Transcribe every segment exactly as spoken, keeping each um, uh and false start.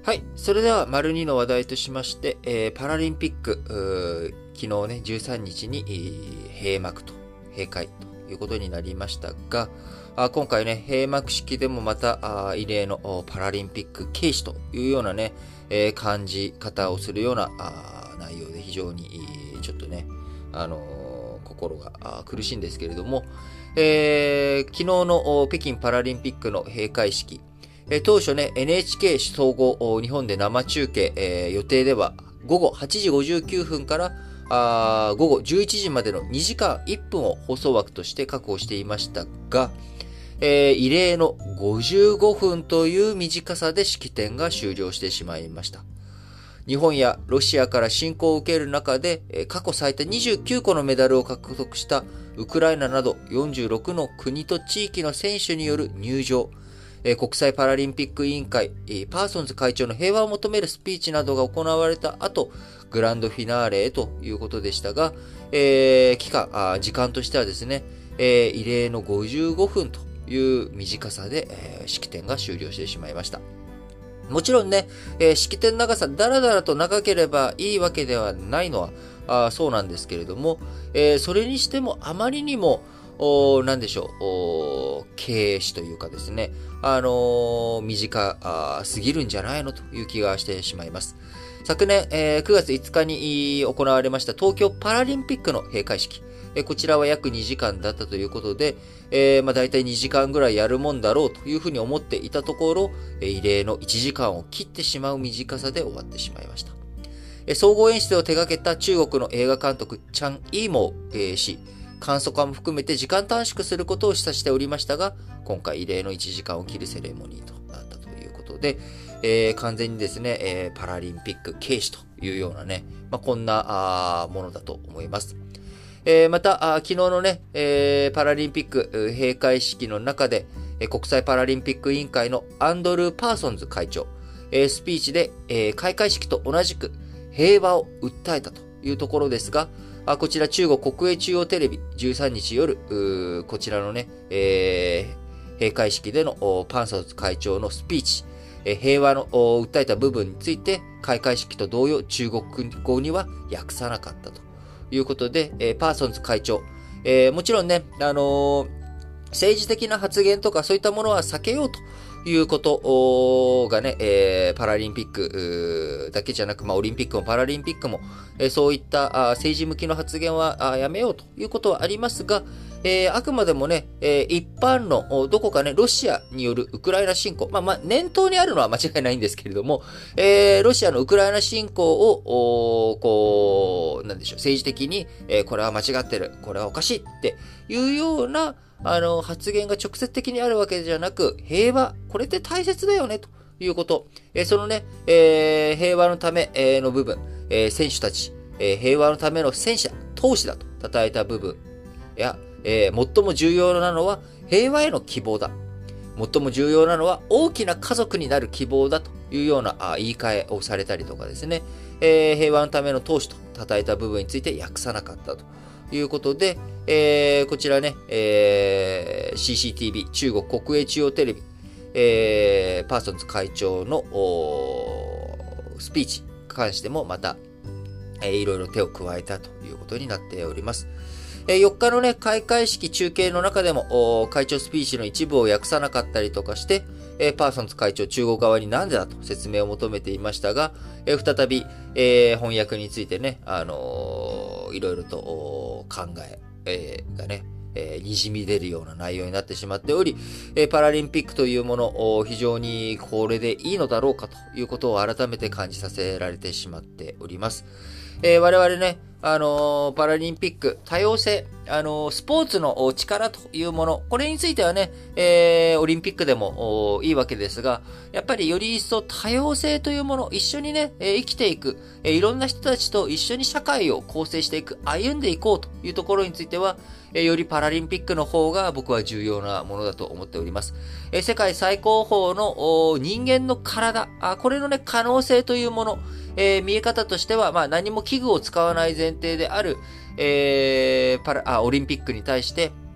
はい。それでは、丸にの話題としまして、えー、パラリンピック、昨日ね、じゅうさんにちに、えー、閉幕と、閉会ということになりましたが、あ今回ね、閉幕式でもまた、あ異例のパラリンピック軽視というようなね、えー、感じ方をするようなあ内容で非常に、ちょっとね、あのー、心が苦しいんですけれども、えー、昨日の北京パラリンピックの閉会式、当初ね、エヌエイチケー 総合日本で生中継、えー、予定では午後はちじごじゅうきゅうふんからあ午後じゅういちじまでのにじかんいっぷんを放送枠として確保していましたが、えー、異例のごじゅうごふんという短さで式典が終了してしまいました。日本やロシアから侵攻を受ける中で、えー、過去最多にじゅうきゅうこのメダルを獲得したウクライナなどよんじゅうろくの国と地域の選手による入場、国際パラリンピック委員会、パーソンズ会長の平和を求めるスピーチなどが行われた後、グランドフィナーレへということでしたが、えー、期間、時間としてはですね、えー、異例のごじゅうごふんという短さで、えー、式典が終了してしまいました。もちろんね、えー、式典長さ、だらだらと長ければいいわけではないのは、あそうなんですけれども、えー、それにしてもあまりにも、おなんでしょう、軽視というかですね、あのー、短すぎるんじゃないのという気がしてしまいます。昨年、えー、くがついつかに行われました東京パラリンピックの閉会式。えー、こちらは約にじかんだったということで、えー、まあ大体にじかんぐらいやるもんだろうというふうに思っていたところ、えー、異例のいちじかんを切ってしまう短さで終わってしまいました。えー、総合演出を手掛けた中国の映画監督チャン・イーモウ、えー、氏、簡素化も含めて時間短縮することを示唆しておりましたが、今回異例のいちじかんを切るセレモニーとなったということで、えー、完全にですね、えー、パラリンピック軽視というようなね、まあ、こんなあものだと思います。えー、また昨日のね、えー、パラリンピック閉会式の中で、えー、国際パラリンピック委員会のアンドルー・パーソンズ会長、えー、スピーチで、えー、開会式と同じく平和を訴えたというところですが、こちら中国国営中央テレビじゅうさんにち夜、こちらのね、えー、閉会式でのパンソンズ会長のスピーチ、えー、平和の訴えた部分について開会式と同様中国語には訳さなかったということで、えー、パーソンズ会長、えー、もちろんね、あのー、政治的な発言とかそういったものは避けようということがね、えー、パラリンピックだけじゃなく、まあ、オリンピックもパラリンピックも、えー、そういったあ政治向きの発言はあやめようということはありますが、えー、あくまでもね、えー、一般のどこかね、ロシアによるウクライナ侵攻、まあ、まあ、念頭にあるのは間違いないんですけれども、えー、ロシアのウクライナ侵攻を、こう、なんでしょう、政治的に、えー、これは間違ってる、これはおかしいっていうような、あの、発言が直接的にあるわけじゃなく、平和、これって大切だよね、ということ。えー、そのね、えー、平和のための部分、えー、選手たち、えー、平和のための戦士だ、闘士だと称えた部分や、えー、最も重要なのは平和への希望だ。最も重要なのは大きな家族になる希望だというようなあ言い換えをされたりとかですね、えー、平和のための闘士と称えた部分について訳さなかったということで、えー、こちらね、えー、シーシーティービー 中国国営中央テレビ、えー、パーソンズ会長のスピーチに関してもまた、えー、いろいろ手を加えたということになっております。えー、よっかのね、開会式中継の中でも会長スピーチの一部を訳さなかったりとかして、えー、パーソンズ会長中国側になんでだと説明を求めていましたが、えー、再び、えー、翻訳についてね、あのー、いろいろと考え、えー、がね、えー、滲み出るような内容になってしまっており、えー、パラリンピックというもの、非常にこれでいいのだろうかということを改めて感じさせられてしまっております。えー、我々ね、あのー、パラリンピック、多様性、あのー、スポーツの力というもの、これについてはね、えー、オリンピックでもいいわけですが、やっぱりより一層多様性というもの、一緒にね、えー、生きていく、えー、いろんな人たちと一緒に社会を構成していく、歩んでいこうというところについては、えー、よりパラリンピックの方が僕は重要なものだと思っております。えー、世界最高峰の人間の体、あ、これのね、可能性というもの、えー、見え方としては、まあ何も器具を使わない前提である、えー、パラあオリンピックに対して、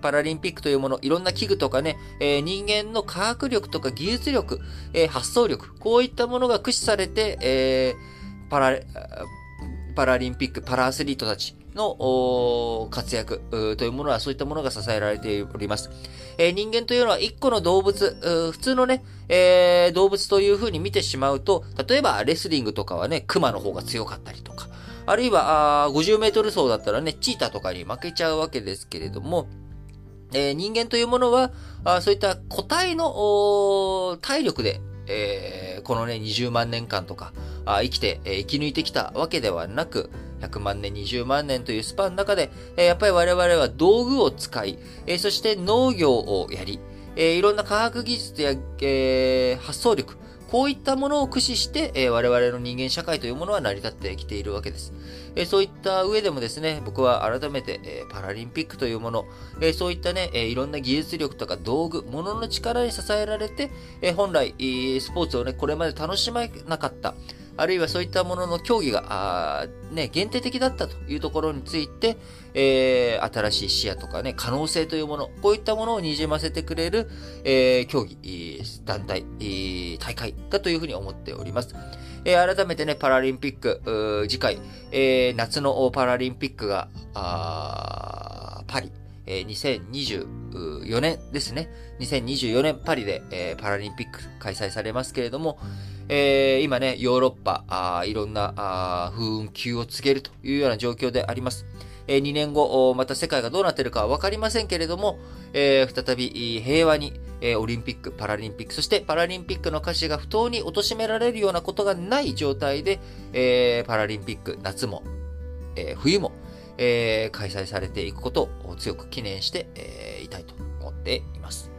パラリンピックというもの、いろんな器具とかね、えー、人間の科学力とか技術力、えー、発想力、こういったものが駆使されて、えー、パラ、パラリンピック、パラアスリートたちの活躍というものはそういったものが支えられております。えー、人間というのは一個の動物、普通のね、えー、動物という風に見てしまうと、例えばレスリングとかはね、クマの方が強かったりとか、あるいはごじゅうメートル走だったらね、チーターとかに負けちゃうわけですけれども、えー、人間というものは、あそういった個体の体力で、えー、このね、にじゅうまんねんかんとか、あ生きて、えー、生き抜いてきたわけではなく、ひゃくまんねん、にじゅうまんねんというスパンの中で、えー、やっぱり我々は道具を使い、えー、そして農業をやり、えー、いろんな科学技術や、えー、発想力、こういったものを駆使して、えー、我々の人間社会というものは成り立ってきているわけです。えー、そういった上でもですね、僕は改めて、えー、パラリンピックというもの、えー、そういったね、えー、いろんな技術力とか道具、ものの力に支えられて、えー、本来、えー、スポーツをね、これまで楽しまなかった、あるいはそういったものの競技が、あね、限定的だったというところについて、えー、新しい視野とかね、可能性というもの、こういったものを滲ませてくれる、えー、競技、団体、大会だというふうに思っております。えー、改めてね、パラリンピック、次回、えー、夏のパラリンピックが、あパリ、えー、にせんにじゅうよねんですね。にせんにじゅうよねんパリで、えー、パラリンピック開催されますけれども、えー、今ね、ヨーロッパ、あいろんなあ風雲急を告げるというような状況であります。えー、にねんご、また世界がどうなっているかはわかりませんけれども、えー、再び平和に、えー、オリンピック、パラリンピック、そしてパラリンピックの価値が不当に貶められるようなことがない状態で、えー、パラリンピック、夏も、えー、冬も、えー、開催されていくことを強く記念して、えー、いたいと思っています。